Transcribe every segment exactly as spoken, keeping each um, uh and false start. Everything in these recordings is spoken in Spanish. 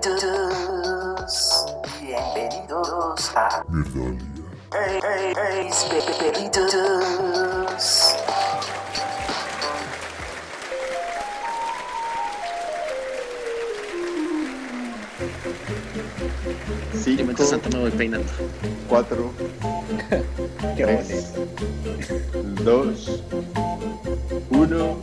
Perritos, bienvenidos a Hey, hey, hey, Perritos. Yo mientras tanto me voy peinando. Cuatro, Qué tres, dos, uno.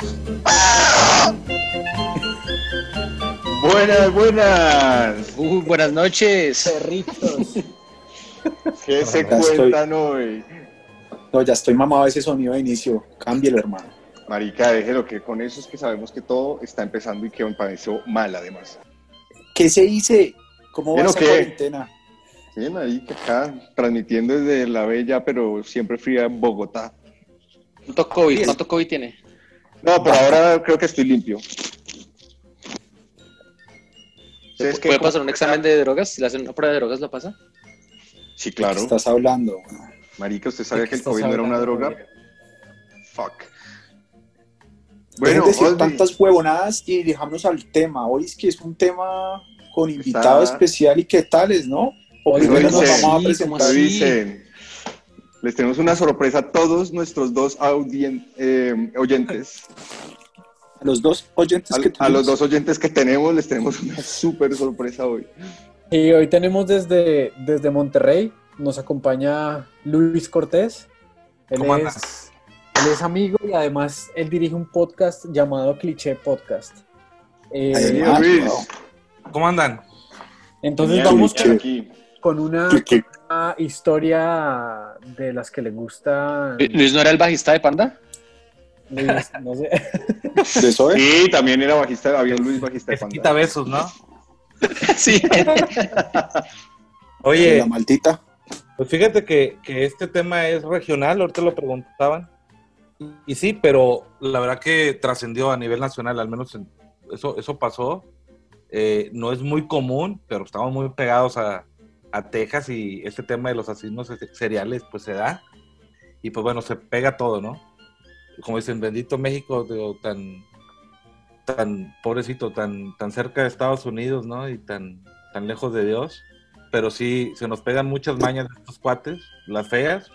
Buenas, buenas. Uh, buenas noches. Perritos. ¿Qué se Ya estoy- cuentan hoy? No, ya estoy mamado de ese sonido de inicio. Cámbielo, hermano. Marica, déjelo que con eso es que sabemos que todo está empezando y que me pareció mal además. ¿Qué se dice? ¿Cómo va ¿Bien o esa qué? cuarentena? Bien, ahí que acá transmitiendo desde la bella pero siempre fría Bogotá. ¿Cuánto COVID? ¿Cuánto COVID tiene? No, pero ahora creo que estoy limpio. ¿Ustedes qué? ¿Puede ¿Cómo pasar un están? examen de drogas? Si le hacen una prueba de drogas, ¿lo pasa? Sí, ¿De qué claro. estás hablando? Marica, ¿usted sabía ¿De qué que el estás COVID no era una hablando, droga? güey? Fuck. Dejen Bueno, de decir Osby, tantas huevonadas y dejamos al tema. Hoy es que es un tema con invitado Está- especial y qué tales, ¿no? O Oye, primero nos dicen, vamos a sí, presentar. ¿cómo lo así? dicen. Les tenemos una sorpresa a todos nuestros dos audien- eh, oyentes. A los dos oyentes A, que a tenemos. los dos oyentes que tenemos les tenemos una súper sorpresa hoy. Y hoy tenemos desde, desde Monterrey, nos acompaña Luis Cortés. Él ¿Cómo es, andas? él es amigo y además él dirige un podcast llamado Cliché Podcast. Eh, Bienvenido, Ah, Luis. wow. ¿Cómo andan? entonces Genial, vamos estar con, aquí. con una, ¿Qué- qué? una historia de las que le gusta. ¿Luis no era el bajista de Panda? Luis, no sé. ¿De eso, eh? Sí, también era bajista, había un Luis bajista Que de se Panda. quita besos, ¿no? Sí. De Oye, la maldita. pues fíjate que, que este tema es regional, ahorita lo preguntaban. Y sí, pero la verdad que trascendió a nivel nacional, al menos en- eso, eso pasó. Eh, no es muy común, pero estamos muy pegados a, a Texas y este tema de los asesinos seriales pues se da. Y pues bueno, se pega todo, ¿no? Como dicen, bendito México, digo, tan, tan pobrecito, tan, tan cerca de Estados Unidos, ¿no? Y tan, tan lejos de Dios. Pero sí, se nos pegan muchas mañas de estos cuates, las feas.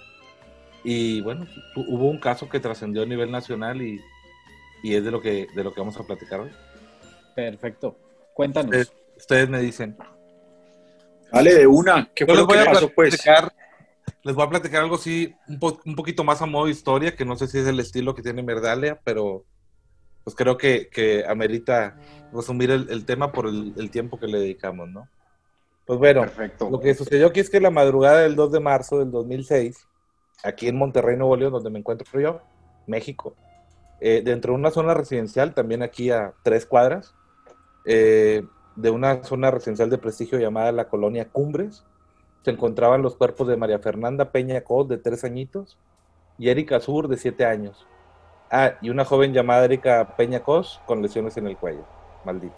Y bueno, hu- hubo un caso que trascendió a nivel nacional y, y es de lo que de lo que vamos a platicar hoy. Perfecto. Cuéntanos. Ustedes, ustedes me dicen. Dale, de una. ¿Qué Yo fue les lo que voy a pasó, pues? platicar, les voy a platicar algo así, un, po- un poquito más a modo historia, que no sé si es el estilo que tiene Merdalia, pero pues creo que, que amerita resumir el, el tema por el, el tiempo que le dedicamos, ¿no? Pues bueno, Perfecto. lo que sucedió aquí es que la madrugada del dos de marzo del dos mil seis, aquí en Monterrey, Nuevo León, donde me encuentro yo, México, eh, dentro de una zona residencial, también aquí a tres cuadras, eh, de una zona residencial de prestigio llamada la Colonia Cumbres, se encontraban los cuerpos de María Fernanda Peña Cos, de tres añitos, y Erika Sur, de siete años. Ah, y una joven llamada Erika Peña Cos, con lesiones en el cuello. Maldita.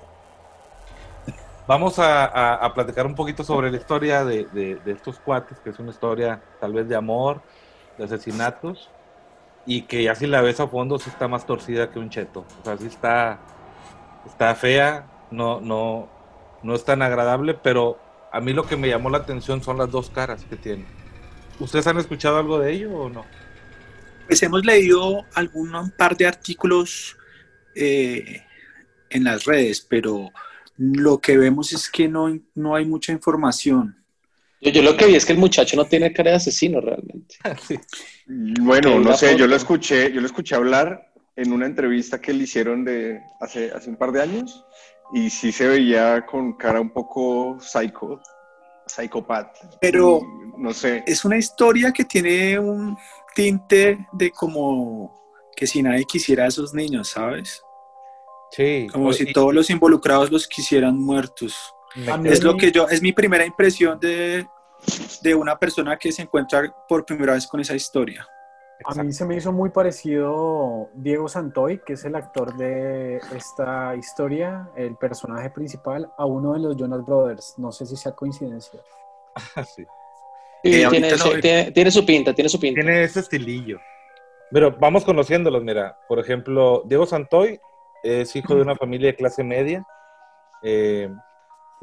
Vamos a, a, a platicar un poquito sobre la historia de, de, de estos cuates, que es una historia tal vez de amor, de asesinatos, y que ya si la ves a fondo sí está más torcida que un cheto. O sea, sí está, está fea, no, no, no es tan agradable, pero a mí lo que me llamó la atención son las dos caras que tiene. ¿Ustedes han escuchado algo de ello o no? Pues hemos leído algún un par de artículos eh, en las redes, pero lo que vemos es que no, no hay mucha información. Yo, yo lo que vi es que el muchacho no tiene cara de asesino realmente. Sí. Bueno, Que no una sé, yo foto. lo escuché, yo lo escuché hablar en una entrevista que le hicieron de hace, hace un par de años y sí se veía con cara un poco psycho, psicópata. Pero Y no sé. es una historia que tiene un tinte de como que si nadie quisiera a esos niños, ¿sabes? Sí. Como O- si y- todos los involucrados los quisieran muertos. me A mí- Es lo que yo, es mi primera impresión de, de una persona que se encuentra por primera vez con esa historia. A mí se me hizo muy parecido Diego Santoy, que es el actor de esta historia, el personaje principal, a uno de los Jonas Brothers. No sé si sea coincidencia. sí. Sí, Eh, tiene, ahorita no- tiene, tiene su pinta, tiene su pinta. Tiene ese estilillo. Pero vamos conociéndolos, mira. Por ejemplo, Diego Santoy es hijo de una familia de clase media. Eh,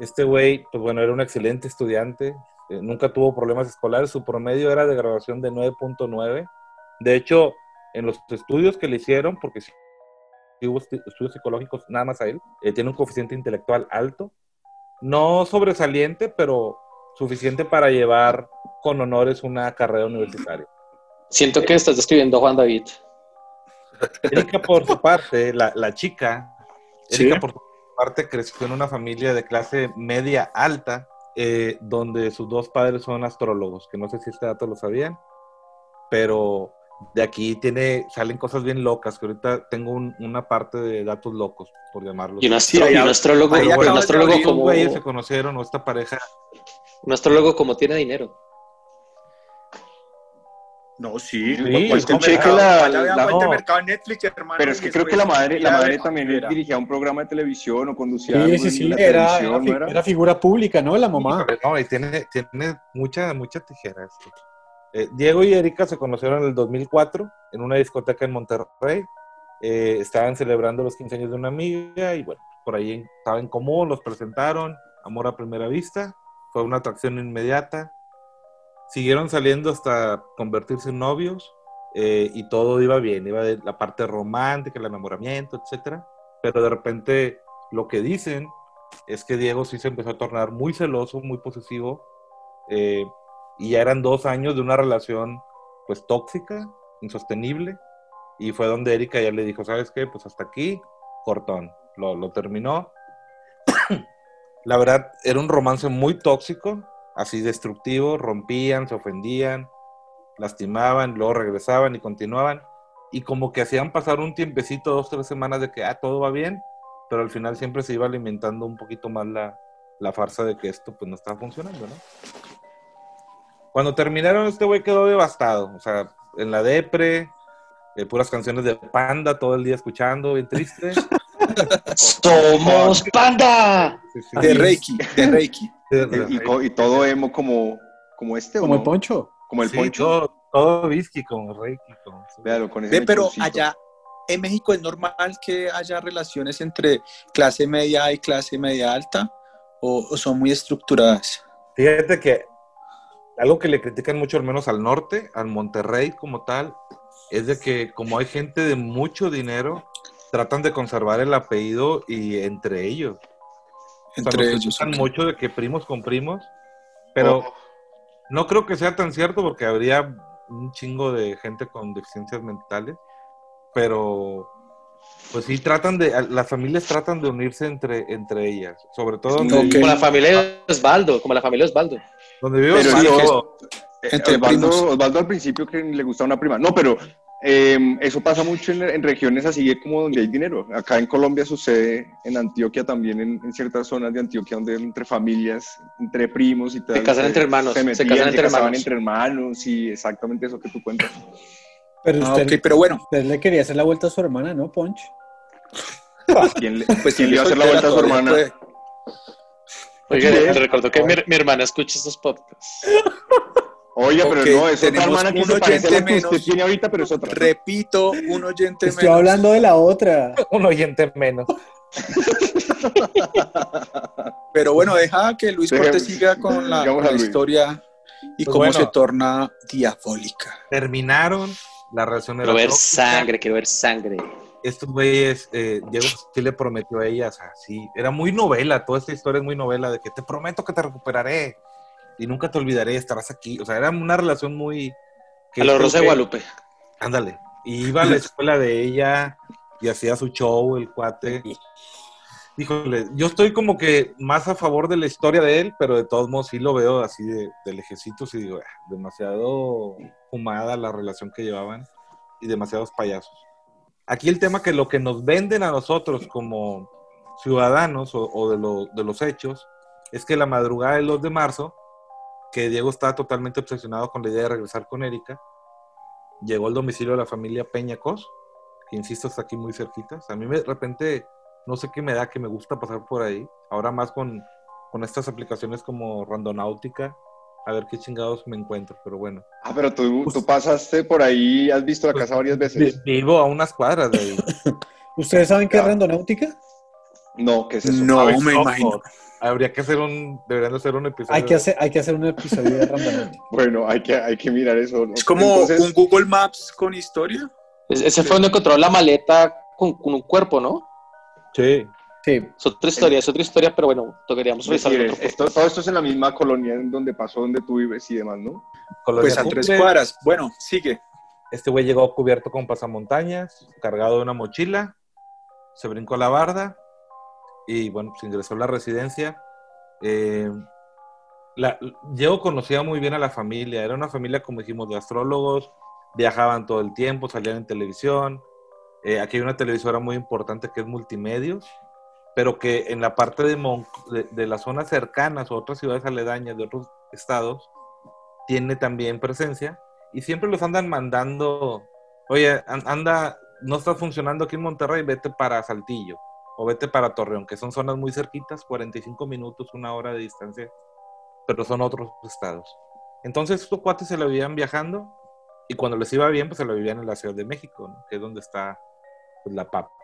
Este güey, pues bueno, era un excelente estudiante, eh, nunca tuvo problemas escolares, su promedio era de graduación de nueve punto nueve. De hecho, en los estudios que le hicieron, porque sí hubo estudios psicológicos nada más a él, eh, tiene un coeficiente intelectual alto, no sobresaliente, pero suficiente para llevar con honores una carrera universitaria. Siento que estás describiendo a Juan David. Erika, por su parte, la, la chica, Erika, ¿Sí? por su parte, creció en una familia de clase media alta, eh, donde sus dos padres son astrólogos, que no sé si este dato lo sabían, pero de aquí tiene, salen cosas bien locas, que ahorita tengo un, una parte de datos locos, por llamarlos. Y un, Sí, astro- y allá- un astrólogo, allá pero un acabas de astrólogo abrir Estos como, güeyes se conocieron, o esta pareja. un astrólogo como tiene dinero. No, sí. Sí, Pues que no, cheque mercado, la, Vaya, vea la- Fuente no. Mercado en Netflix, hermano. Pero es y que creo que después la madre, la mira, madre vea, también mira. dirigía un programa de televisión o conducía Sí, algo sí, en sí, la era, era, televisión, fi- ¿no era? era figura pública, ¿no? La mamá. No, y tiene, tiene mucha, mucha tijera esto. Eh, Diego y Erika se conocieron en el dos mil cuatro en una discoteca en Monterrey. Eh, estaban celebrando los quince años de una amiga y bueno, por ahí estaba en común, los presentaron, amor a primera vista, fue una atracción inmediata. Siguieron saliendo hasta convertirse en novios, eh, y todo iba bien, iba de la parte romántica, el enamoramiento, etcétera. Pero de repente lo que dicen es que Diego sí se empezó a tornar muy celoso, muy posesivo, eh, y ya eran dos años de una relación pues tóxica, insostenible, y fue donde Erika ya le dijo, ¿sabes qué? Pues hasta aquí, cortón, lo, lo terminó. La verdad, era un romance muy tóxico, así destructivo, rompían, se ofendían, lastimaban, luego regresaban y continuaban, y como que hacían pasar un tiempecito, dos, tres semanas de que, ah, todo va bien, pero al final siempre se iba alimentando un poquito más la, la farsa de que esto pues no estaba funcionando, ¿no? Cuando terminaron, este güey quedó devastado, o sea, en la depre, eh, puras canciones de Panda todo el día escuchando, bien triste. ¡Somos Panda! Sí, sí, De sí. Reiki, de Reiki. Y, y co- y todo emo como, como este, ¿o Como el no? Poncho. Como el Sí, Poncho. todo, todo whisky, como Reiki, como... Véalo, con ese Ve, pero mechoncito. allá en México es normal que haya relaciones entre clase media y clase media alta, o, o son muy estructuradas. Fíjate que algo que le critican mucho, al menos al norte, al Monterrey como tal, es de que como hay gente de mucho dinero, tratan de conservar el apellido y entre ellos. Entre o sea, nos ellos. critican ok. mucho de que primos con primos, pero Oh. no creo que sea tan cierto porque habría un chingo de gente con deficiencias mentales, pero pues sí tratan de, las familias tratan de unirse entre, entre ellas, sobre todo Es donde, muy- Ok. Como la familia de Osvaldo, como la familia de Osvaldo. donde vive Pero Osvaldo. Eh, Entre Osvaldo, primos. Osvaldo al principio que le gustaba una prima. No, pero eh, eso pasa mucho en, en regiones así como donde hay dinero. Acá en Colombia sucede, en Antioquia también, en, en ciertas zonas de Antioquia donde entre familias, entre primos y tal. Se casan entre hermanos, Se, se metían, casan se entre casaban hermanos. entre hermanos y exactamente eso que tú cuentas. Pero Ah, usted, ok, pero bueno. usted le quería hacer la vuelta a su hermana, ¿no, Ponch? ¿Quién le, Pues quién si le iba a hacer la vuelta a su todavía hermana? puede. Oiga, Sí, le ¿eh? recuerdo que mi, mi hermana escucha estos podcasts. Oye, pero Ok, no, es otra tenemos hermana que un se parece a la que oyente usted menos. tiene ahorita, pero es otra. Repito, un oyente Estoy menos. hablando de la otra. Un oyente menos. Pero bueno, deja que Luis Dejemos- Cortés siga con la, sigamos con a la Luis. historia y Pues cómo bueno. se torna diabólica. Terminaron, la relación era Quiero ver tóxica. sangre, quiero ver sangre. Estos güeyes, eh, Diego sí le prometió a ella, o sea, sí, era muy novela, toda esta historia es muy novela, de que te prometo que te recuperaré y nunca te olvidaré, estarás aquí, o sea, era una relación muy... que A los este Rosa de güey- Guadalupe. Ándale, y iba a la escuela de ella y hacía su show, el cuate. Híjole, yo estoy como que más a favor de la historia de él, pero de todos modos sí lo veo así de, de lejecitos y digo, ah, demasiado fumada la relación que llevaban y demasiados payasos. Aquí el tema que lo que nos venden a nosotros como ciudadanos o, o de, lo, de los hechos es que la madrugada del dos de marzo, que Diego estaba totalmente obsesionado con la idea de regresar con Erika, llegó al domicilio de la familia Peña Cos, que insisto está aquí muy cerquita. O sea, a mí me, de repente no sé qué me da que me gusta pasar por ahí, ahora más con, con estas aplicaciones como Randonáutica, a ver qué chingados me encuentro, pero bueno. Ah, pero tú, tú pasaste por ahí, has visto la casa varias veces. Vivo a unas cuadras de ahí. ¿Ustedes saben qué es Ya. randonáutica? No, ¿qué es eso? No, Aves me Ojo. imagino. habría que hacer un, deberían de hacer un episodio. Hay que hacer, hay que hacer un episodio de Randonautica. Bueno, hay que, hay que mirar eso. Es como Entonces, un Google Maps con historia. Es- Ese fue donde encontró la maleta con, con un cuerpo, ¿no? Sí. Sí, Es otra historia, es otra historia, pero bueno, tocaríamos es revisar decir, el otro esto, todo esto es en la misma colonia en donde pasó, donde tú vives y demás, ¿no? Colonia Pues a tres Cumbre. cuadras. Bueno, sigue. Este güey llegó cubierto con pasamontañas, cargado de una mochila, se brincó la barda y bueno, pues ingresó a la residencia. Eh, la, Diego conocía muy bien a la familia, era una familia, como dijimos, de astrólogos, viajaban todo el tiempo, salían en televisión. Eh, aquí hay una televisora muy importante que es Multimedios, pero que en la parte de, Mon de, de las zonas cercanas o otras ciudades aledañas de otros estados, tiene también presencia y siempre los andan mandando, oye, anda, no está funcionando aquí en Monterrey, vete para Saltillo o vete para Torreón, que son zonas muy cerquitas, cuarenta y cinco minutos, una hora de distancia, pero son otros estados. Entonces estos cuates se la vivían viajando y cuando les iba bien, pues se la vivían en la Ciudad de México, ¿no? Que es donde está pues, la papa.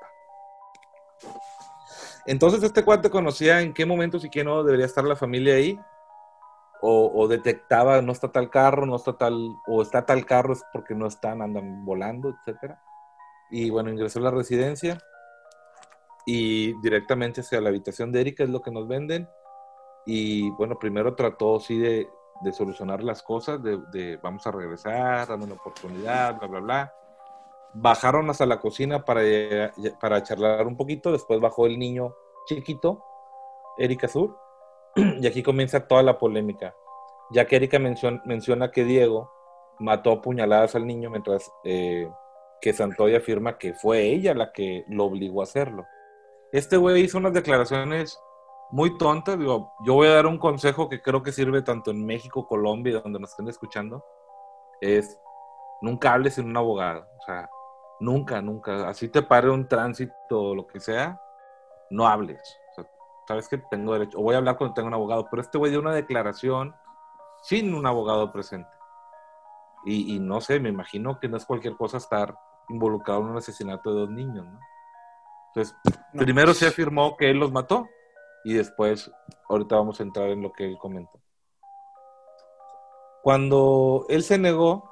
Entonces este cuate conocía en qué momentos y qué no debería estar la familia ahí, o, o detectaba no está tal carro, no está tal, o está tal carro es porque no están, andan volando, etcétera. Y bueno, ingresó a la residencia y directamente hacia la habitación de Erika es lo que nos venden. Y bueno, primero trató sí de, de solucionar las cosas, de, de vamos a regresar, dame una oportunidad, bla, bla, bla. Bajaron hasta la cocina para, para charlar un poquito, después bajó el niño chiquito, Erika Sur, y aquí comienza toda la polémica, ya que Erika menciona, menciona que Diego mató a puñaladas al niño, mientras eh, que Santoy afirma que fue ella la que lo obligó a hacerlo. Este güey hizo unas declaraciones muy tontas. Digo, yo voy a dar un consejo que creo que sirve tanto en México, Colombia, donde nos estén escuchando, es nunca hables sin un abogado, o sea, nunca, nunca, así te pare un tránsito o lo que sea, no hables, o sea, sabes que tengo derecho, o voy a hablar cuando tenga un abogado, pero este güey dio una declaración sin un abogado presente, y, y no sé, me imagino que no es cualquier cosa estar involucrado en un asesinato de dos niños, ¿no? Entonces, no. Primero se afirmó que él los mató, y después, ahorita vamos a entrar en lo que él comentó. Cuando él se negó,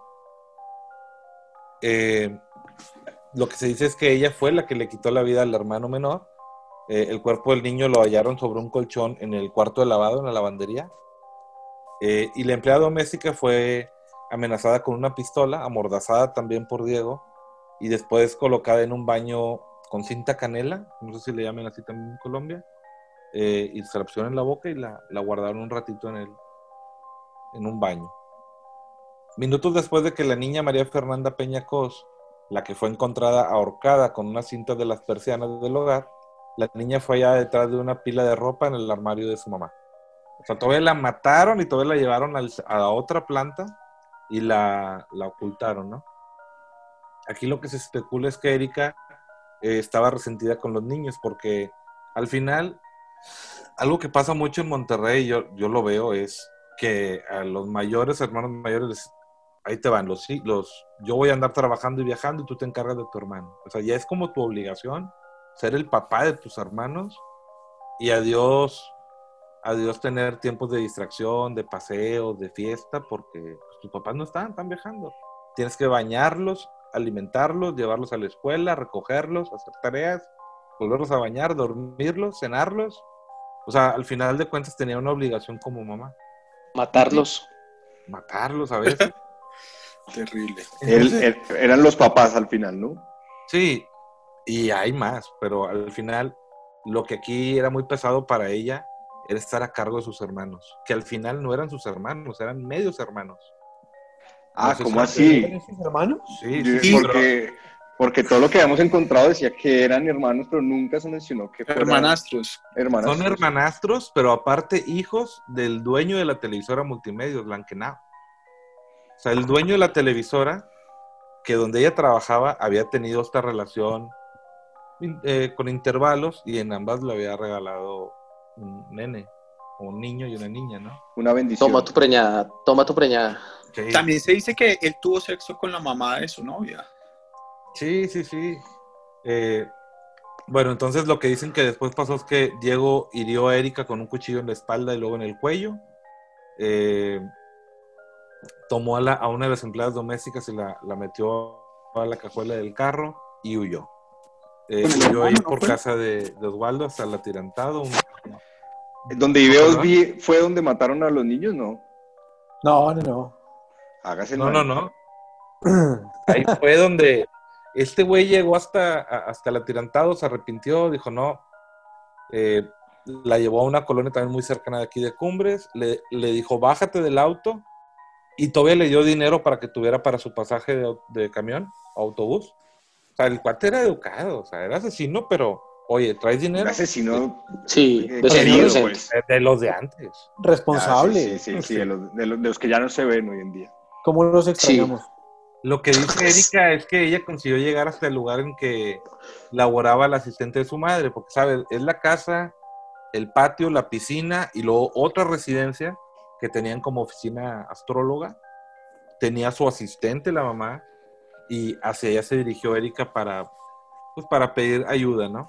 eh, lo que se dice es que ella fue la que le quitó la vida al hermano menor. Eh, el cuerpo del niño lo hallaron sobre un colchón en el cuarto de lavado, en la lavandería. Eh, y la empleada doméstica fue amenazada con una pistola, amordazada también por Diego, y después colocada en un baño con cinta canela, no sé si le llaman así también en Colombia, eh, y se la pusieron en la boca y la, la guardaron un ratito en, el, en un baño. Minutos después de que la niña María Fernanda Peña Cos, la que fue encontrada ahorcada con una cinta de las persianas del hogar, la niña fue hallada detrás de una pila de ropa en el armario de su mamá. O sea, todavía la mataron y todavía la llevaron al, a la otra planta y la, la ocultaron, ¿no? Aquí lo que se especula es que Erika eh, estaba resentida con los niños porque al final, algo que pasa mucho en Monterrey, yo, yo lo veo, es que a los mayores, hermanos mayores, ahí te van, los, los, yo voy a andar trabajando y viajando y tú te encargas de tu hermano. O sea, ya es como tu obligación ser el papá de tus hermanos y adiós, adiós tener tiempos de distracción, de paseos, de fiesta, porque pues, tus papás no están, están viajando. Tienes que bañarlos, alimentarlos, llevarlos a la escuela, recogerlos, hacer tareas, volverlos a bañar, dormirlos, cenarlos. O sea, al final de cuentas tenía una obligación como mamá. Matarlos. Matarlos a veces. Terrible. Entonces, el, el, eran los papás al final, ¿no? Sí, y hay más, pero al final lo que aquí era muy pesado para ella era estar a cargo de sus hermanos, que al final no eran sus hermanos, eran medios hermanos. Ah, no ¿cómo así? ¿Eran sus hermanos? Sí, sí, sí, porque, porque todo lo que habíamos encontrado decía que eran hermanos, pero nunca se mencionó que fueran hermanastros. hermanastros. Son hermanastros, pero aparte hijos del dueño de la televisora Multimedios, Lankenau. O sea, el dueño de la televisora, que donde ella trabajaba, había tenido esta relación eh, con intervalos y en ambas le había regalado un nene, un niño y una niña, ¿no? Una bendición. Toma tu preñada, toma tu preñada. Sí. También se dice que él tuvo sexo con la mamá de su novia. Sí, sí, sí. Eh, Bueno, entonces lo que dicen que después pasó es que Diego hirió a Erika con un cuchillo en la espalda y luego en el cuello. Eh, tomó a, la, a una de las empleadas domésticas y la, la metió a la cajuela del carro y huyó. Eh, huyó ahí por casa de, de Osvaldo hasta el atirantado. Un... Donde vive Osvi fue donde mataron a los niños, ¿no? No, no, no. Hágase el No, no, no. Ahí fue donde este güey llegó hasta, hasta el atirantado, se arrepintió, dijo no. Eh, la llevó a una colonia también muy cercana de aquí de Cumbres, le, le dijo bájate del auto y todavía le dio dinero para que tuviera para su pasaje de, de camión, autobús. O sea, el cuate era educado, o sea, era asesino, pero oye, ¿traes dinero? Un asesino sí, eh, de, querido, pues. de, de los de antes. Responsable. Ah, sí, sí, sí, sí, de, los, de, los, de los que ya no se ven hoy en día. ¿Cómo los extrañamos? Sí. Lo que dice Erika es que ella consiguió llegar hasta el lugar en que laboraba la asistente de su madre, porque, ¿sabes? Es la casa, el patio, la piscina y luego otra residencia que tenían como oficina astróloga. Tenía su asistente, la mamá, y hacia ella se dirigió Erika para, pues, para pedir ayuda, ¿no?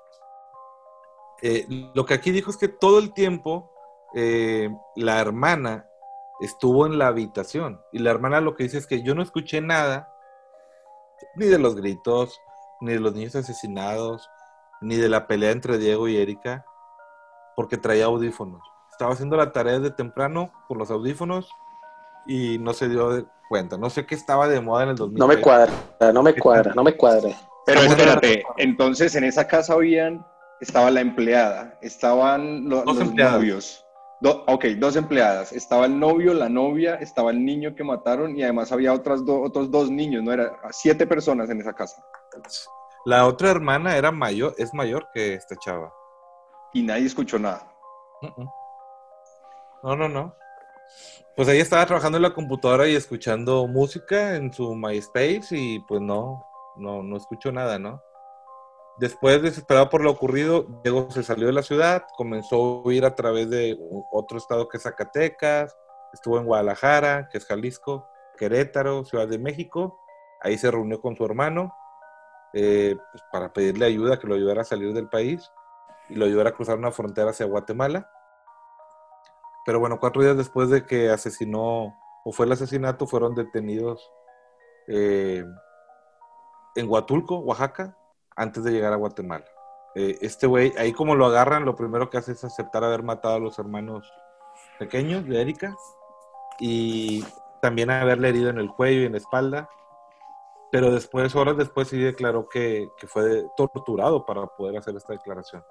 Eh, lo que aquí dijo es que todo el tiempo eh, la hermana estuvo en la habitación y la hermana lo que dice es que yo no escuché nada ni de los gritos, ni de los niños asesinados, ni de la pelea entre Diego y Erika porque traía audífonos. Estaba haciendo la tarea de temprano con los audífonos y no se dio de cuenta. No sé qué estaba de moda en el dos mil. No me cuadra, no me cuadra, no me cuadra. Pero espérate, entonces en esa casa habían, estaba la empleada, estaban lo, dos los empleadas. novios. Do, ok, dos empleadas. Estaba el novio, la novia, estaba el niño que mataron y además había otras do, otros dos niños, ¿no? Era siete personas en esa casa. La otra hermana era mayor, es mayor que esta chava. Y nadie escuchó nada. Uh-uh. No, no, no. Pues ella estaba trabajando en la computadora y escuchando música en su MySpace y pues no, no, no escuchó nada, ¿no? Después, desesperado por lo ocurrido, Diego se salió de la ciudad, comenzó a huir a través de otro estado que es Zacatecas, estuvo en Guadalajara, que es Jalisco, Querétaro, Ciudad de México. Ahí se reunió con su hermano eh, pues para pedirle ayuda, que lo ayudara a salir del país y lo ayudara a cruzar una frontera hacia Guatemala. Pero bueno, cuatro días después de que asesinó, o fue el asesinato, fueron detenidos eh, en Huatulco, Oaxaca, antes de llegar a Guatemala. Eh, este güey, ahí como lo agarran, lo primero que hace es aceptar haber matado a los hermanos pequeños de Erika y también haberle herido en el cuello y en la espalda. Pero después, horas después, sí declaró que, que fue torturado para poder hacer esta declaración.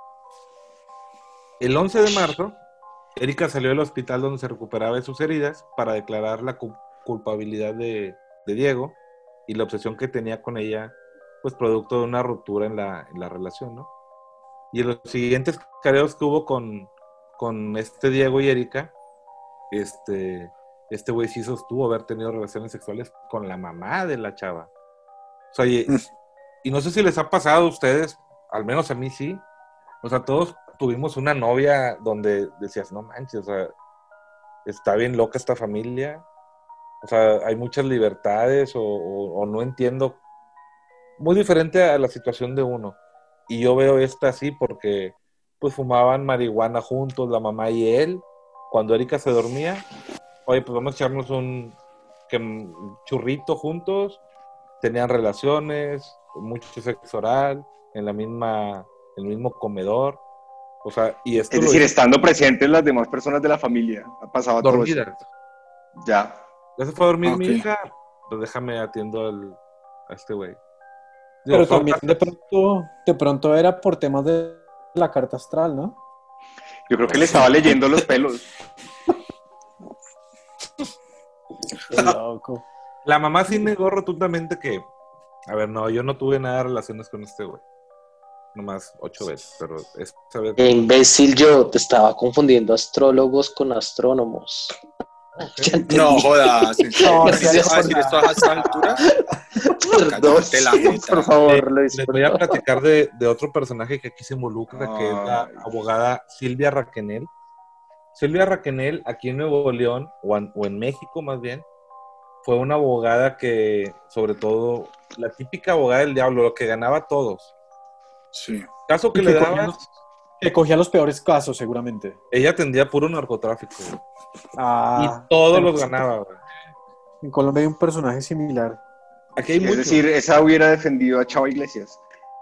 El once de marzo, Erika salió del hospital donde se recuperaba de sus heridas para declarar la culpabilidad de, de Diego y la obsesión que tenía con ella, pues producto de una ruptura en la, en la relación, ¿no? Y en los siguientes careos que hubo con, con este Diego y Erika, este, este güey sí sostuvo haber tenido relaciones sexuales con la mamá de la chava. O sea, y, y no sé si les ha pasado a ustedes, al menos a mí sí, o sea, todos tuvimos una novia donde decías, no manches, o sea, está bien loca esta familia, o sea, hay muchas libertades o, o, o no entiendo, muy diferente a la situación de uno. Y yo veo esta así porque pues fumaban marihuana juntos, la mamá y él, cuando Erika se dormía, oye, pues vamos a echarnos un, que, un churrito juntos, tenían relaciones, mucho sexo oral, en la misma, en el mismo comedor. O sea, y esto es decir, estando presentes las demás personas de la familia. Ha pasado dormidas. Todo eso. Ya. Ya se fue a dormir Okay. mi hija, pues déjame atiendo al, a este güey. Pero también de pronto, de pronto era por temas de la carta astral, ¿no? Yo creo que le estaba leyendo los pelos. Qué loco. La mamá sí negó rotundamente que, a ver, no, yo no tuve nada de relaciones con este güey. Nomás ocho veces, pero esta vez... Qué imbécil yo, te estaba confundiendo astrólogos con astrónomos. Okay. No jodas, No, ¿me sí, vas sí, a decir esto a esta altura? Perdón, Cállate la jeta. por favor, Les, Luis. les por voy a favor. platicar de, de otro personaje que aquí se involucra, Ay. que es la abogada Silvia Raquenel. Silvia Raquenel, aquí en Nuevo León, o en, o en México más bien, fue una abogada que, sobre todo, la típica abogada del diablo, lo que ganaba a todos. Sí. Caso que Y le que daba, cogían los, que cogía los peores casos, seguramente. ella atendía puro narcotráfico, güey. Ah, Y todos pero los ganaba, güey. en Colombia hay un personaje similar. Aquí hay Es muchos. decir, esa hubiera defendido a Chava Iglesias.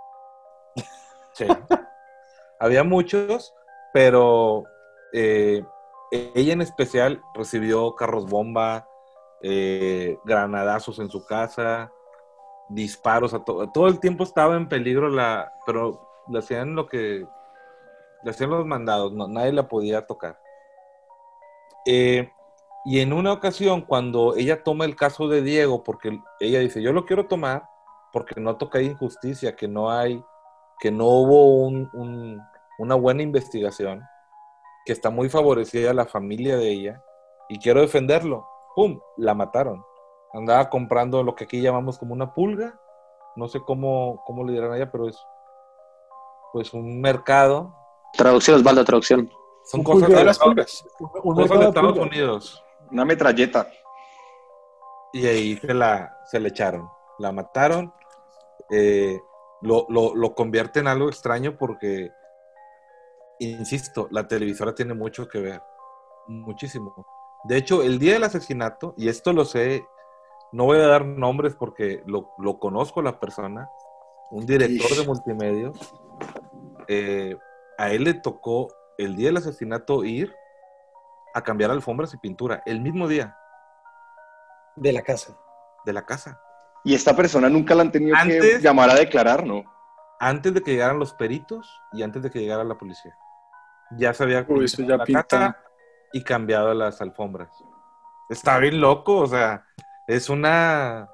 Sí. Había muchos, pero eh, ella en especial recibió carros bomba, eh, granadazos en su casa, disparos a todo. Todo el tiempo estaba en peligro, la, pero le hacían lo que le hacían los mandados, no, nadie la podía tocar. Eh, y en una ocasión, cuando ella toma el caso de Diego, porque ella dice, yo lo quiero tomar porque noto que hay injusticia, que no hay, que no hubo un, un, una buena investigación, que está muy favorecida la familia de ella, y quiero defenderlo. ¡Pum! La mataron. Andaba comprando lo que aquí llamamos como una pulga, no sé cómo, cómo le dirán allá, pero es pues un mercado. Traducción, Osvaldo, traducción. Son Un cosas pulguero. de, Las pulgas. Un, un cosas mercado de de Estados pulgas. Unidos. Una metralleta. Y ahí se la, se le echaron. La mataron. Eh, lo, lo, lo convierte en algo extraño porque, insisto, la televisora tiene mucho que ver. Muchísimo. De hecho, el día del asesinato, y esto lo sé, no voy a dar nombres porque lo, lo conozco a la persona, un director Ish. de multimedios, eh, a él le tocó el día del asesinato ir a cambiar alfombras y pintura, el mismo día De la casa. de la casa. Y esta persona nunca la han tenido que Antes- llamar a declarar, ¿no? Antes de que llegaran los peritos y antes de que llegara la policía. Ya se había Uy, eso limpiado ya la pinta. casa y cambiado las alfombras. Está bien loco, o sea, es una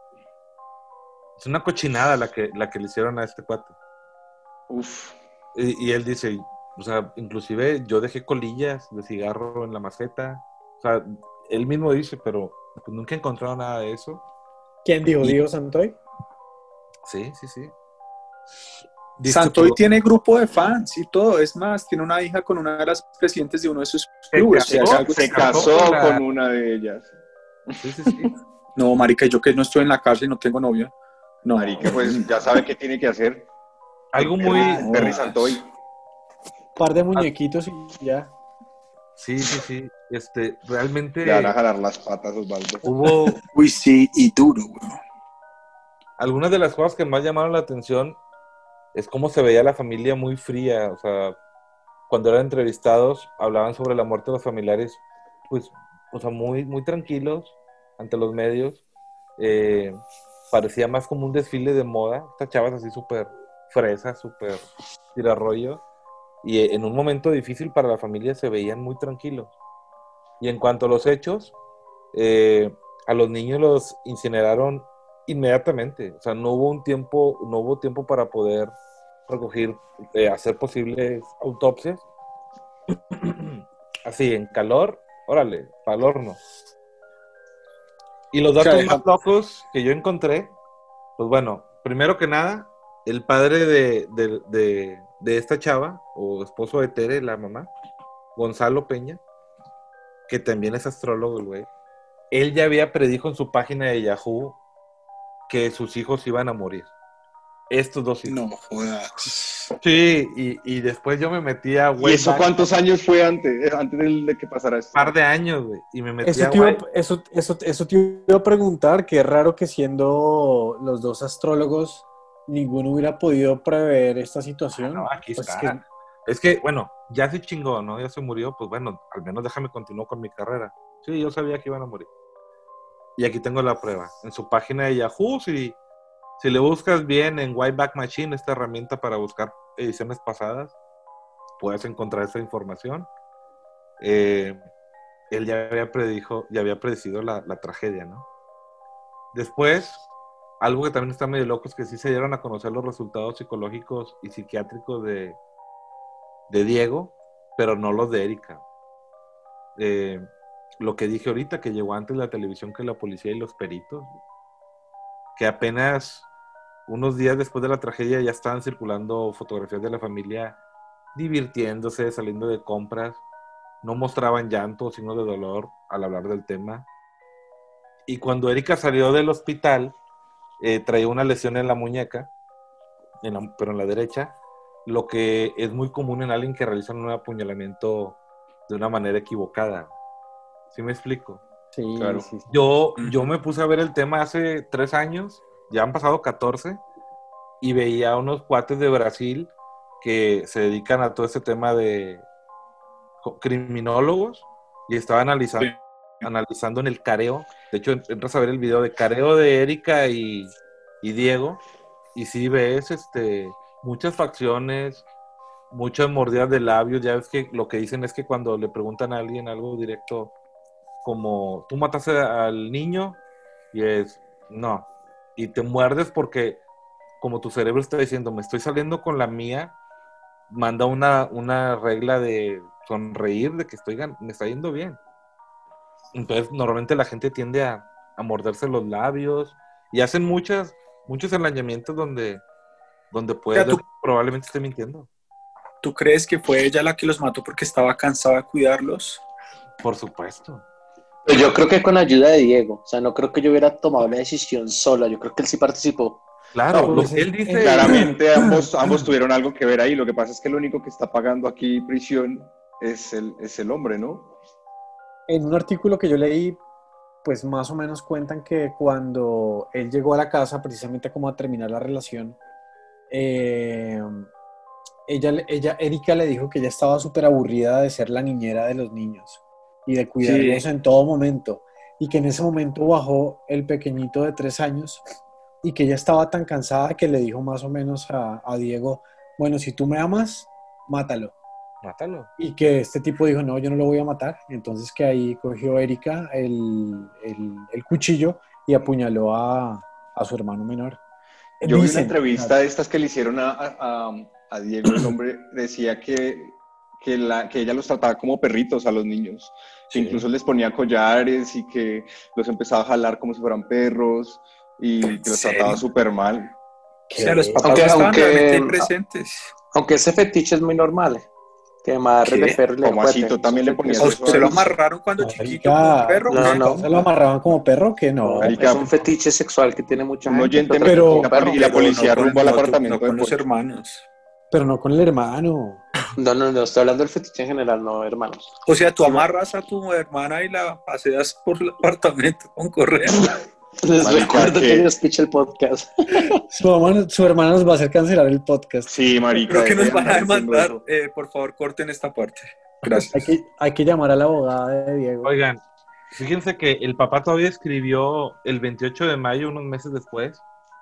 es una cochinada la que, la que le hicieron a este cuate. Uf. Y, y él dice, o sea, inclusive yo dejé colillas de cigarro en la maceta. O sea, él mismo dice, pero pues, nunca he encontrado nada de eso. ¿Quién dijo? Y- ¿Diego Santoy? Sí, sí, sí. Dice, Santoy pero- tiene grupo de fans y todo. Es más, tiene una hija con una de las presidentes de uno de sus Se clubes. casó, O sea, es algo Se extraño. casó con la- con una de ellas. Sí, sí, sí. No, marica, yo que no estoy en la cárcel y no tengo novia. No. Marica, pues ya sabe qué tiene que hacer. Algo muy... Perry, Perry Santoy. Un par de muñequitos y ya. Sí, sí, sí. Este, realmente Le van a jalar las patas, Osvaldo. hubo Uy, sí, y duro, güey. algunas de las cosas que más llamaron la atención es cómo se veía la familia muy fría. O sea, cuando eran entrevistados, hablaban sobre la muerte de los familiares, pues, o sea, muy, muy tranquilos ante los medios. Eh, parecía más como un desfile de moda. Estas chavas así súper fresas, súper tirarrollo. Y eh, en un momento difícil para la familia se veían muy tranquilos. Y en cuanto a los hechos, eh, a los niños los incineraron inmediatamente. O sea, no hubo un tiempo, no hubo tiempo para poder recoger, eh, hacer posibles autopsias. Así, en calor, órale, para el horno. Y los datos Caja. más locos que yo encontré, pues bueno, primero que nada, el padre de, de, de, de esta chava, o esposo de Tere, la mamá, Gonzalo Peña, que también es astrólogo, el güey, él ya había predijo en su página de Yahoo que sus hijos iban a morir. Estos dos hijos. No jodas. Sí, y, y después yo me metí a ¿Y eso Wayback- cuántos años fue antes, eh, antes de, de que pasara esto? Un par de años, güey, y me metí Eso a te, iba, Way- eso, eso, eso te iba a preguntar, que es raro que siendo los dos astrólogos, ninguno hubiera podido prever esta situación. No, aquí Pues está. que- Es que, bueno, ya se chingó, ¿no? Ya se murió, pues bueno, al menos déjame continuar con mi carrera. Sí, yo sabía que iban a morir. Y aquí tengo la prueba. En su página de Yahoo, si, si le buscas bien en Wayback Machine, esta herramienta para buscar ediciones pasadas, puedes encontrar esa información. Eh, él ya había, predijo, ya había predecido la, la tragedia, ¿no? Después, algo que también está medio loco es que sí se dieron a conocer los resultados psicológicos y psiquiátricos de, de Diego, pero no los de Erika. Eh, lo que dije ahorita, que llegó antes la televisión que la policía y los peritos, que apenas unos días después de la tragedia ya estaban circulando fotografías de la familia divirtiéndose, saliendo de compras, no mostraban llanto o signos de dolor al hablar del tema. Y cuando Erika salió del hospital, eh, traía una lesión en la muñeca, en la, pero en la derecha, lo que es muy común en alguien que realiza un apuñalamiento de una manera equivocada. ¿Sí me explico? Sí, Claro. sí, sí. Yo, yo me puse a ver el tema hace tres años, ya han pasado catorce, y veía a unos cuates de Brasil que se dedican a todo este tema de co- criminólogos, y estaba analizando, Sí. analizando en el careo. De hecho, entras a ver el video de careo de Erika y, y Diego, y sí ves este, muchas facciones, muchas mordidas de labios. Ya ves que lo que dicen es que cuando le preguntan a alguien algo directo, como tú mataste al niño, y es no, y te muerdes porque como tu cerebro está diciendo, me estoy saliendo con la mía, manda una, una regla de sonreír, de que estoy gan- me está yendo bien. Entonces normalmente la gente tiende a, a morderse los labios y hacen muchas muchos enlañamientos donde donde O puede sea, ¿tú, probablemente esté mintiendo. ¿tú crees que fue ella la que los mató porque estaba cansada de cuidarlos? Por supuesto. Pero yo creo que con ayuda de Diego. O sea, no creo que yo hubiera tomado la decisión sola. Yo creo que él sí participó. Claro, No, lo pues que es- él dice. Claramente ambos, ambos tuvieron algo que ver ahí. Lo que pasa es que el único que está pagando aquí prisión es el, es el hombre, ¿no? En un artículo que yo leí, pues más o menos cuentan que cuando él llegó a la casa, precisamente como a terminar la relación, eh, ella, ella, Erika le dijo que ella estaba súper aburrida de ser la niñera de los niños y de cuidarlos Sí. en todo momento. Y que en ese momento bajó el pequeñito de tres años y que ella estaba tan cansada que le dijo más o menos a, a Diego, bueno, si tú me amas, mátalo. Mátalo. Y que este tipo dijo, no, yo no lo voy a matar. Entonces que ahí cogió Erika el, el, el cuchillo y apuñaló a, a su hermano menor. Yo vi una Dicen, entrevista de estas que le hicieron a, a, a Diego, el hombre decía que, que, la, que ella los trataba como perritos a los niños, que Sí. incluso les ponía collares y que los empezaba a jalar como si fueran perros y que los serio? trataba súper mal. O sea, los papás Aunque- no estaban aunque- realmente ahí presentes. Aunque ese fetiche es muy normal. Que amarren ¿Qué? de perro y le ¿Cómo así? encuentren. ¿Tú también le Eso- ponías ¿O eso se lo a- amarraron cuando chiquito como Marica, perro? No, ¿Qué? no. ¿se lo amarraban como perro? Que no. No, Marica, es un fetiche sexual que tiene mucha un gente. oyente que Pero- como la perro. poli- y la Pero policía no con- rumbo al no tu- apartamento no con de los Poncho. hermanos. Pero no con el hermano. No, no, no, estoy hablando del fetiche en general, no, hermanos. O sea, tú Sí, ma- amarras a tu hermana y la paseas por el apartamento con correa. Les Marica, recuerdo que- que yo escuché el podcast. Su, mamá- su hermana nos va a hacer cancelar el podcast. Sí, marica. Creo que deje nos de van a andar diciendo demandar. eso. Eh, por favor, corten esta parte. Hay Gracias. que, hay que llamar a la abogada de Diego. Oigan, fíjense que el papá todavía escribió el veintiocho de mayo, unos meses después,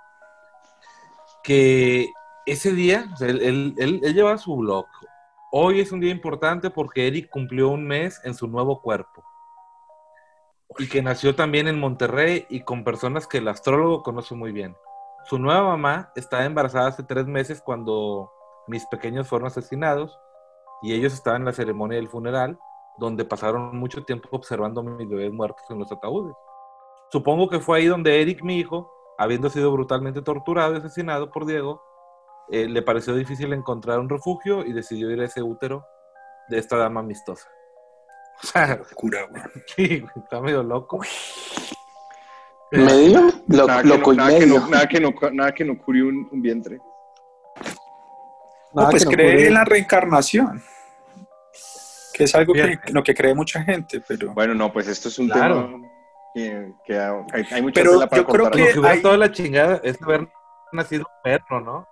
que ese día, o sea, él, él, él, él llevaba su blog. Hoy es un día importante porque Eric cumplió un mes en su nuevo cuerpo. Y que nació también en Monterrey y con personas que el astrólogo conoce muy bien. Su nueva mamá estaba embarazada hace tres meses cuando mis pequeños fueron asesinados y ellos estaban en la ceremonia del funeral, donde pasaron mucho tiempo observando a mis bebés muertos en los ataúdes. Supongo que fue ahí donde Eric, mi hijo, habiendo sido brutalmente torturado y asesinado por Diego, eh, le pareció difícil encontrar un refugio y decidió ir a ese útero de esta dama amistosa. O sea, Cura, güey. sí, güey, está medio loco. Medio, lo- Nada que loco no- y nada que medio. no- Nada que no nada que no cure un, un vientre. No, Nada pues que no creer cure. en la reencarnación. Que es algo que, Bien. que- lo que cree mucha gente, pero... Bueno, no, pues esto es un Claro. tema que, que hay, hay mucha Pero tela para yo creo cortar. Lo que- que hubiera hay- toda la chingada es haber nacido un perro, ¿no?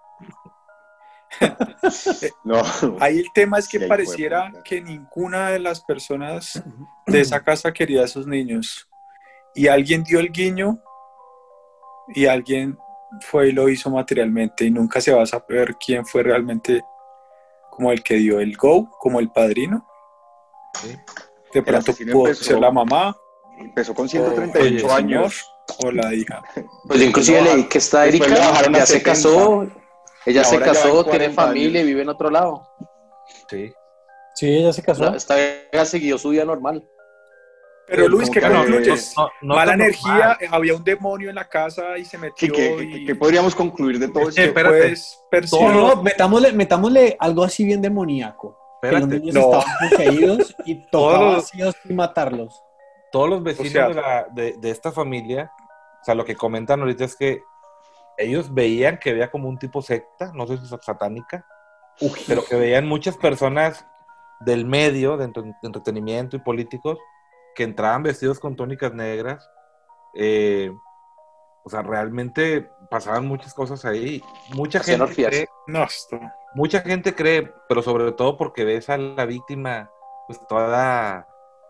No. Ahí el tema es que Sí, ahí pareciera fue, puta. que ninguna de las personas de esa casa quería a esos niños. Y alguien dio el guiño y alguien fue y lo hizo materialmente y nunca se va a saber quién fue realmente como el que dio el go, como el padrino. Sí. De pronto asesino pudo empezó- ser la mamá Empezó con ciento treinta y Oye, ocho el señor años. o la hija. Pues yo inclusive No, leí que está después Erika, le bajaron a ya se setenta. casó, ella Y se ahora ya casó, van tiene cuarenta familia y años. vive en otro lado. Sí. Sí, ella se casó. La- Esta vieja siguió su vida normal. Pero Eh, Luis, como ¿qué que- concluyes? No, no Mala tan energía, normal. eh, había un demonio en la casa y se Sí, metió ¿qué, y qué- qué podríamos concluir de todo esto? Eh, espérate. pues percibió- No, no, metámosle, metámosle algo así bien demoníaco. Que los Espérate. niños No. estaban poseídos y tocaba Todos los- así o sí matarlos. Todos los vecinos O sea- de, la- de, de esta familia, o sea, lo que comentan ahorita es que ellos veían que había como un tipo secta, no sé si es satánica, Uy, pero que veían muchas personas del medio, de, entre- de entretenimiento y políticos, que entraban vestidos con túnicas negras. eh, o sea, realmente pasaban muchas cosas ahí. Mucha Hacían gente orgías. cree, No, esto. mucha gente cree, pero sobre todo porque ves a la víctima pues toda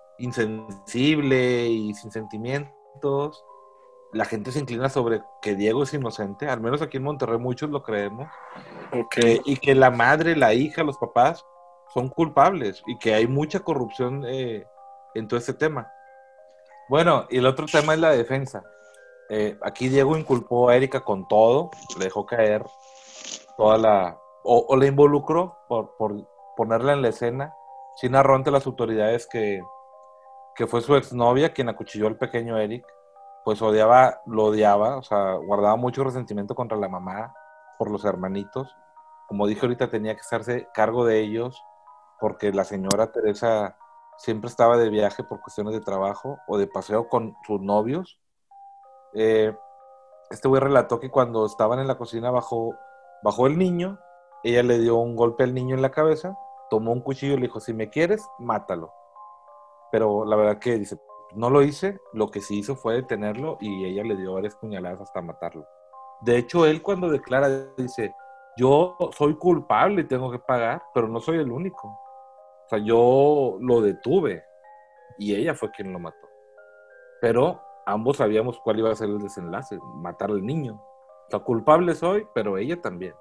insensible y sin sentimientos. La gente se inclina sobre que Diego es inocente, al menos aquí en Monterrey muchos lo creemos, Ok. eh, y que la madre, la hija, los papás son culpables y que hay mucha corrupción eh, en todo este tema. Bueno, y el otro tema es la defensa. Eh, aquí Diego inculpó a Erika con todo, le dejó caer toda la... o, o la involucró por, por ponerla en la escena, sin narró ante las autoridades que, que fue su exnovia quien acuchilló al pequeño Eric, pues odiaba, lo odiaba, o sea, guardaba mucho resentimiento contra la mamá por los hermanitos. Como dije ahorita, tenía que hacerse cargo de ellos porque la señora Teresa siempre estaba de viaje por cuestiones de trabajo o de paseo con sus novios. Eh, este güey relató que cuando estaban en la cocina bajó, bajó el niño, ella le dio un golpe al niño en la cabeza, tomó un cuchillo y le dijo, si me quieres, mátalo. Pero la verdad que dice, no lo hice, lo que sí hizo fue detenerlo y ella le dio varias puñaladas hasta matarlo. De hecho, él cuando declara dice, yo soy culpable y tengo que pagar, pero no soy el único. O sea, yo lo detuve y ella fue quien lo mató. Pero ambos sabíamos cuál iba a ser el desenlace, matar al niño. O sea, culpable soy, pero ella también.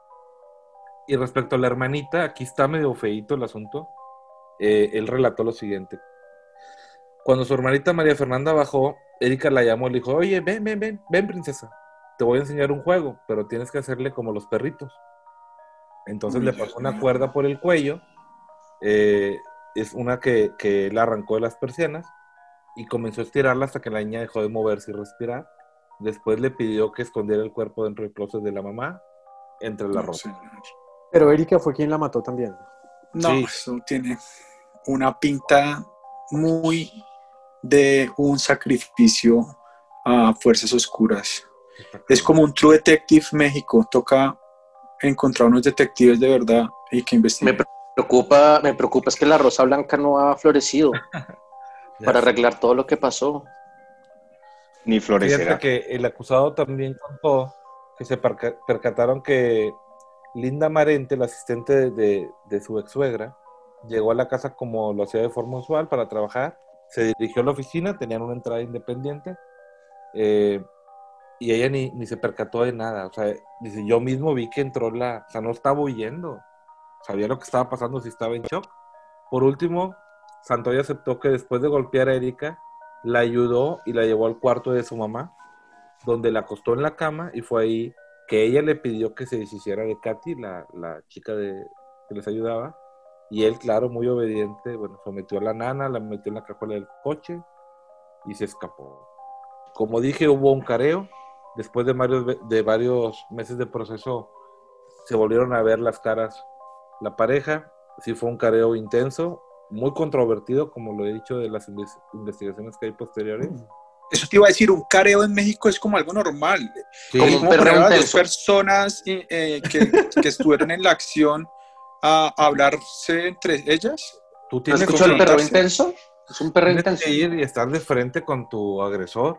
Y respecto a la hermanita, aquí está medio feíto el asunto. Eh, él relató lo siguiente. Cuando su hermanita María Fernanda bajó, Erika la llamó y le dijo, oye, ven, ven, ven, ven, princesa. Te voy a enseñar un juego, pero tienes que hacerle como los perritos. Entonces Uy, le Dios pasó una mío. cuerda por el cuello. eh, es una que, que él arrancó de las persianas y comenzó a estirarla hasta que la niña dejó de moverse y respirar. Después le pidió que escondiera el cuerpo dentro del closet de la mamá, entre la No, ropa. señor. pero Erika fue quien la mató también. No, Sí, eso tiene una pinta muy de un sacrificio a fuerzas oscuras. Es como un True Detective México. Toca encontrar unos detectives de verdad y que Me investiguen. preocupa, me preocupa es que la rosa blanca no ha florecido ya para sé. arreglar todo lo que pasó. Ni Fíjate florecerá. que el acusado también contó que se perca- percataron que Linda Marente, la asistente de, de, de su ex suegra, llegó a la casa como lo hacía de forma usual para trabajar, se dirigió a la oficina, tenían una entrada independiente, eh, y ella ni, ni se percató de nada. O sea, dice, yo mismo vi que entró la... O sea, no estaba huyendo, sabía lo que estaba pasando, si estaba en shock. Por último, Santoya aceptó que después de golpear a Erika, la ayudó y la llevó al cuarto de su mamá, donde la acostó en la cama y fue ahí que ella le pidió que se deshiciera de Katy, la, la chica de, que les ayudaba, y él, claro, muy obediente, bueno, sometió a la nana, la metió en la cajuela del coche y se escapó. Como dije, hubo un careo, después de varios, de varios meses de proceso, se volvieron a ver las caras la pareja, sí fue un careo intenso, muy controvertido, como lo he dicho, de las investigaciones que hay posteriores. Eso te iba a decir, un careo en México es como algo normal. Sí, Como Es un como perreo poner a las dos intenso. personas eh, que, que estuvieron en la acción a hablarse entre ellas. tú ¿No tienes, escuchó el que, perreo confrontarse. intenso? Es un perreo tienes intenso. que ir y estar de frente con tu agresor.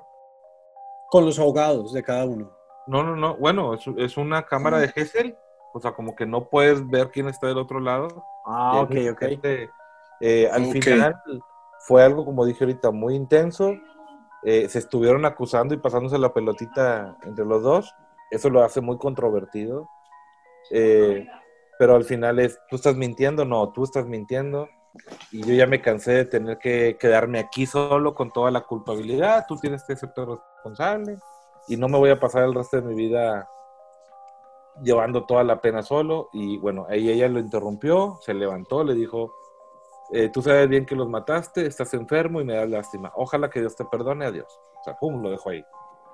Con los abogados de cada uno. No, no, no. Bueno, es, es una cámara de Gesell. O sea, como que no puedes ver quién está del otro lado. Ah, ok, ok. Gente, eh, al Ok. final fue algo, como dije ahorita, muy intenso. Eh, se estuvieron acusando y pasándose la pelotita entre los dos. Eso lo hace muy controvertido. Eh, pero al final es, tú estás mintiendo, no, tú estás mintiendo. Y yo ya me cansé de tener que quedarme aquí solo con toda la culpabilidad. Tú tienes que ser responsable y no me voy a pasar el resto de mi vida llevando toda la pena solo. Y bueno, ahí ella lo interrumpió, se levantó, le dijo, eh, tú sabes bien que los mataste, estás enfermo y me das lástima. Ojalá que Dios te perdone, adiós. O sea, pum, lo dejó ahí.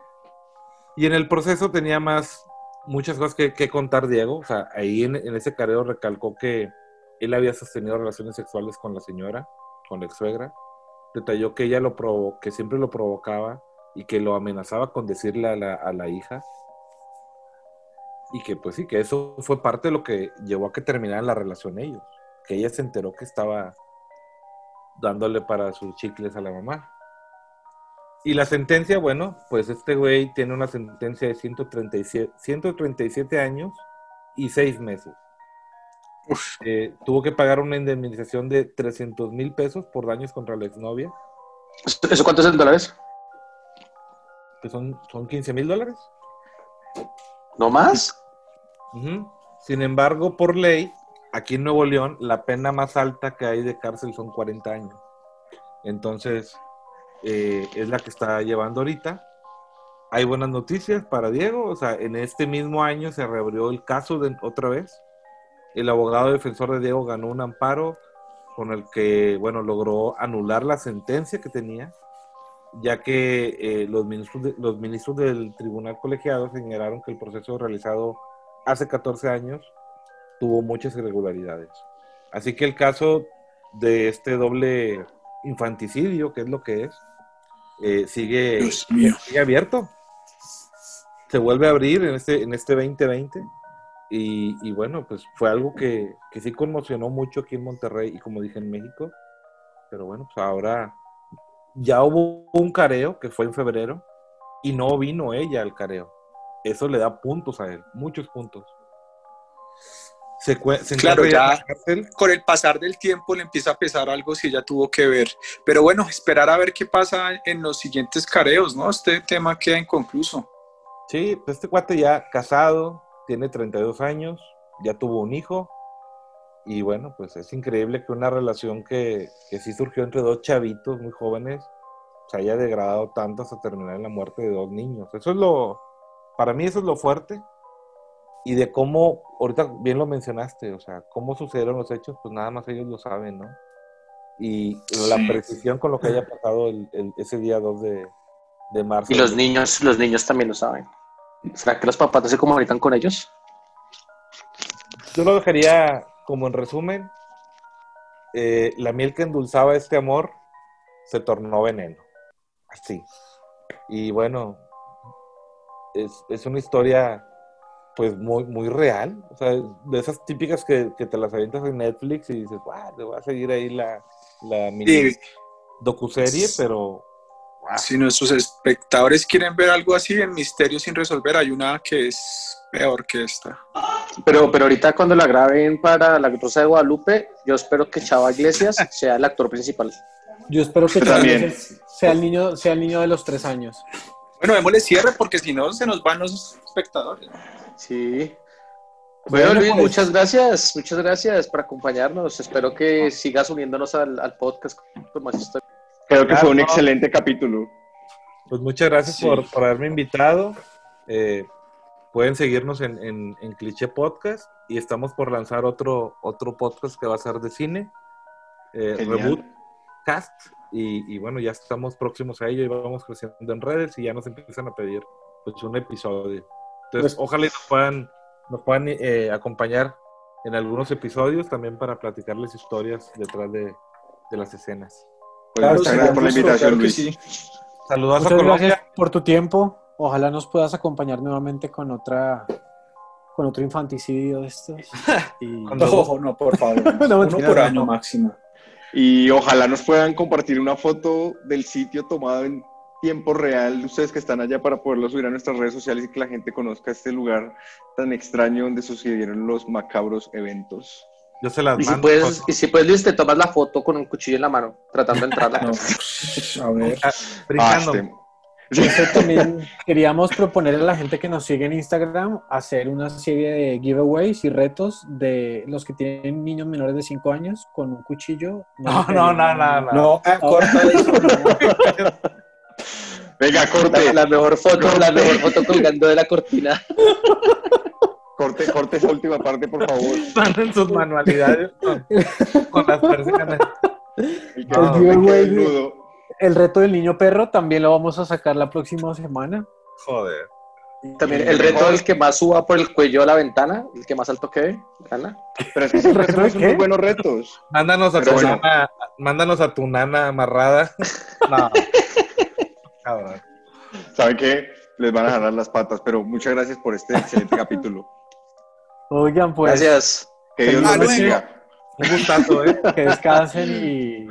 Y en el proceso tenía más, muchas cosas que, que contar Diego. O sea, ahí en, en ese careo recalcó que él había sostenido relaciones sexuales con la señora, con la ex suegra. Detalló que ella lo provo que siempre lo provocaba y que lo amenazaba con decirle a la, a la hija. Y que pues sí, que eso fue parte de lo que llevó a que terminaran la relación ellos. Que ella se enteró que estaba dándole para sus chicles a la mamá. Y la sentencia, bueno, pues este güey tiene una sentencia de ciento treinta y siete, ciento treinta y siete años y seis meses. Eh, tuvo que pagar una indemnización de trescientos mil pesos por daños contra la exnovia. ¿Eso cuánto es en dólares? Que son, son quince mil dólares. ¿No más? Uh-huh. Sin embargo, por ley, aquí en Nuevo León, la pena más alta que hay de cárcel son cuarenta años. Entonces, eh, es la que está llevando ahorita. Hay buenas noticias para Diego. O sea, en este mismo año se reabrió el caso de, otra vez. El abogado defensor de Diego ganó un amparo con el que, bueno, logró anular la sentencia que tenía, ya que eh, los, ministros de, los ministros del tribunal colegiado señalaron que el proceso realizado hace catorce años tuvo muchas irregularidades. Así que el caso de este doble infanticidio, que es lo que es, eh, sigue, sigue abierto. Se vuelve a abrir en este, en este veinte veinte. Y, y bueno, pues fue algo que, que sí conmocionó mucho aquí en Monterrey y como dije en México. Pero bueno, pues ahora ya hubo un careo que fue en febrero y no vino ella al careo. Eso le da puntos a él, muchos puntos. Se, se claro, ya con el pasar del tiempo le empieza a pesar algo si ella tuvo que ver. Pero bueno, esperar a ver qué pasa en los siguientes careos, ¿no? Este tema queda inconcluso. Sí, pues este cuate ya casado, tiene treinta y dos años, ya tuvo un hijo. Y bueno, pues es increíble que una relación que, que sí surgió entre dos chavitos muy jóvenes se haya degradado tanto hasta terminar en la muerte de dos niños. Eso es lo, para mí eso es lo fuerte. Y de cómo, ahorita bien lo mencionaste, o sea, cómo sucedieron los hechos, pues nada más ellos lo saben, ¿no? Y la sí. precisión con lo que haya pasado el, el, ese día dos de, de marzo. Y los niños, los niños también lo saben. ¿Será que los papás no se comunican con ellos? Yo lo dejaría como en resumen, eh, la miel que endulzaba este amor se tornó veneno, así. Y bueno, es, es una historia pues muy, muy real, o sea, de esas típicas que, que te las avientas en Netflix y dices, wow, te voy a seguir ahí la, la mini sí. docuserie, pero... Wow. Si nuestros espectadores quieren ver algo así en Misterio sin resolver, hay una que es peor que esta. Pero, pero ahorita cuando la graben para La Rosa de Guadalupe, yo espero que Chava Iglesias sea el actor principal. Yo espero que Chava Iglesias sea el niño, sea el niño de los tres años. Bueno, démosle cierre porque si no se nos van los espectadores. Sí. Bueno, bueno Luis, pues, muchas gracias, muchas gracias por acompañarnos. Espero que sigas uniéndonos al, al podcast con más historias. Creo que fue un excelente capítulo. Pues muchas gracias sí. por, por haberme invitado. Eh, pueden seguirnos en, en, en Cliché Podcast y estamos por lanzar otro, otro podcast que va a ser de cine, eh, Reboot Cast. Y, y bueno, ya estamos próximos a ello y vamos creciendo en redes y ya nos empiezan a pedir pues, un episodio. Entonces, pues, ojalá nos puedan, nos puedan eh, acompañar en algunos episodios también para platicarles historias detrás de, de las escenas. Pues claro, muchas gracias por la invitación, Luis. Sí. Saludos muchas a Colombia. Gracias por tu tiempo. Ojalá nos puedas acompañar nuevamente con otra, con otro infanticidio de estos. Y... no, no, por favor. no, Uno por no. año máximo. Y ojalá nos puedan compartir una foto del sitio tomado en tiempo real, ustedes que están allá, para poderlo subir a nuestras redes sociales y que la gente conozca este lugar tan extraño donde sucedieron los macabros eventos. Yo se las y mando. Si puedes, y si puedes, Luis, te tomas la foto con un cuchillo en la mano, tratando de entrar a la no, a ver. Brincando. Entonces, también queríamos proponer a la gente que nos sigue en Instagram hacer una serie de giveaways y retos de los que tienen niños menores de cinco años con un cuchillo. No, no, no, no. No, no eh, corta eso. No. Venga, corte. La, la mejor foto, corte. La mejor foto colgando de la cortina. Corte, corte esa última parte, por favor. Manden sus manualidades con, con las persianas. El, no, el, el reto del niño perro también lo vamos a sacar la próxima semana. Joder. También el reto del que más suba por el cuello a la ventana, el que más alto quede, gana. Pero es que siempre son muy buenos retos. Mándanos a, tu bueno. nana, mándanos a tu nana amarrada. No. Cabrón. ¿Saben qué? Les van a jalar las patas, pero muchas gracias por este excelente capítulo. Oigan, pues. Gracias. Que Dios Feliz los noche. bendiga. Un gustazo, ¿eh? Que descansen y.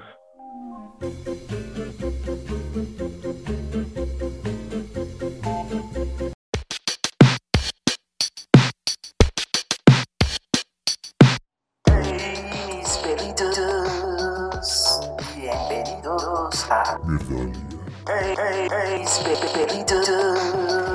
Hey, mis pelitos, bienvenidos a Nerdalia. Hey, hey, hey, mis pe- pe- pelitos.